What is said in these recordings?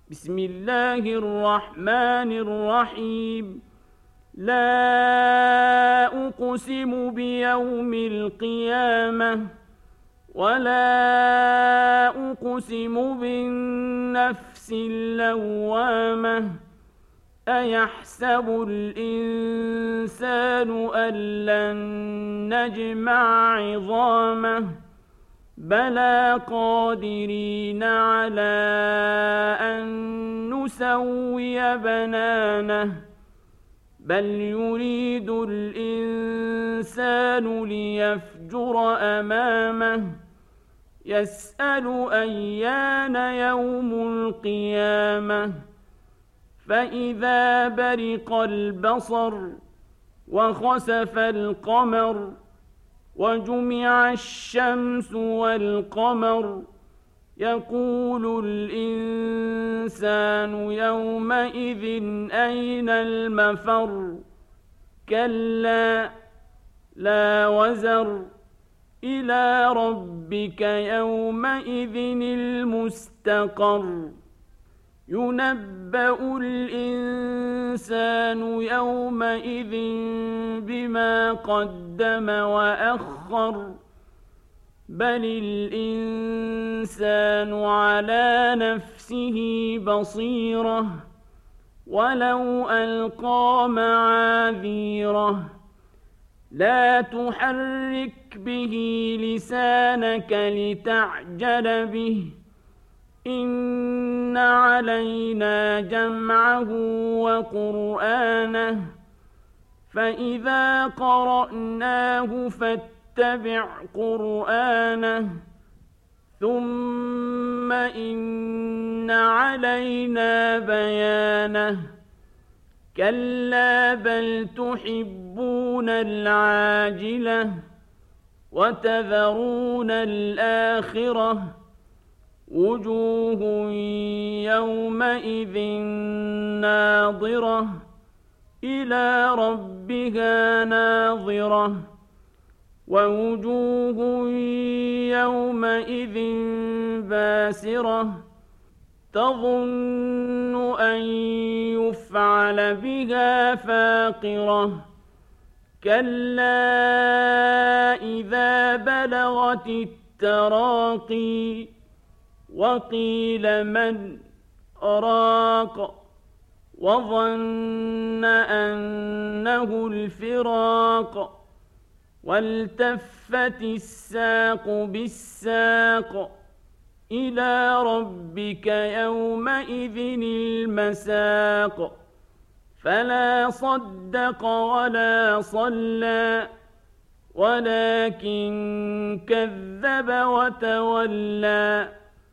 بسم الله الرحمن الرحيم. لا أقسم بيوم القيامة ولا أقسم بالنفس اللوامة. أيحسب الإنسان أن لن نجمع عظامه بلى قادرين على أن نسوي بنانه بل يريد الإنسان ليفجر أمامه يسأل أيان يوم القيامة فإذا برق البصر وخسف القمر وجمع الشمس والقمر يقول الإنسان يومئذ أين المفر كلا لا وزر إلى ربك يومئذ المستقر ينبأ الإنسان يومئذ بما قدم وأخر بل الإنسان على نفسه بصيرة ولو ألقى معاذيره لا تحرك به لسانك لتعجل به إن علينا جمعه وقرآنه فإذا قرأناه فاتبع قرآنه ثم إن علينا بيانه كلا بل تحبون العاجلة وتذرون الآخرة وجوه يومئذ ناظرة إلى ربها ناظرة ووجوه يومئذ باسرة تظن أن يفعل بها فاقرة كلا إذا بلغت التراقي وقيل من راق وظن أنه الفراق والتفت الساق بالساق إلى ربك يومئذ المساق فلا صدق ولا صلى ولكن كذب وتولى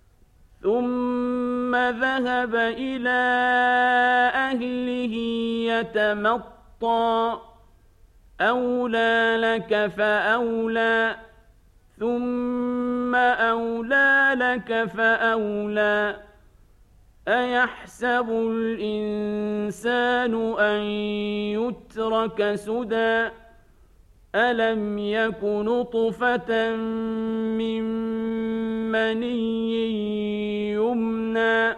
ثم ذهب إلى أهله يتمطى أولى لك فأولى ثم أولى لك فأولى أيحسب الإنسان أن يترك سدى ألم يك نطفة من مني يمنى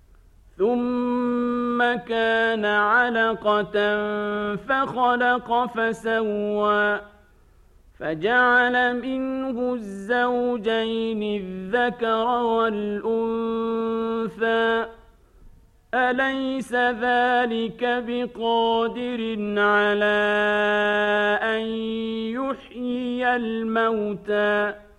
ثم كان علقة فخلق فسوى فجعل منه الزوجين الذكر والأنثى أليس ذلك بقادر على أن يحيي الموتى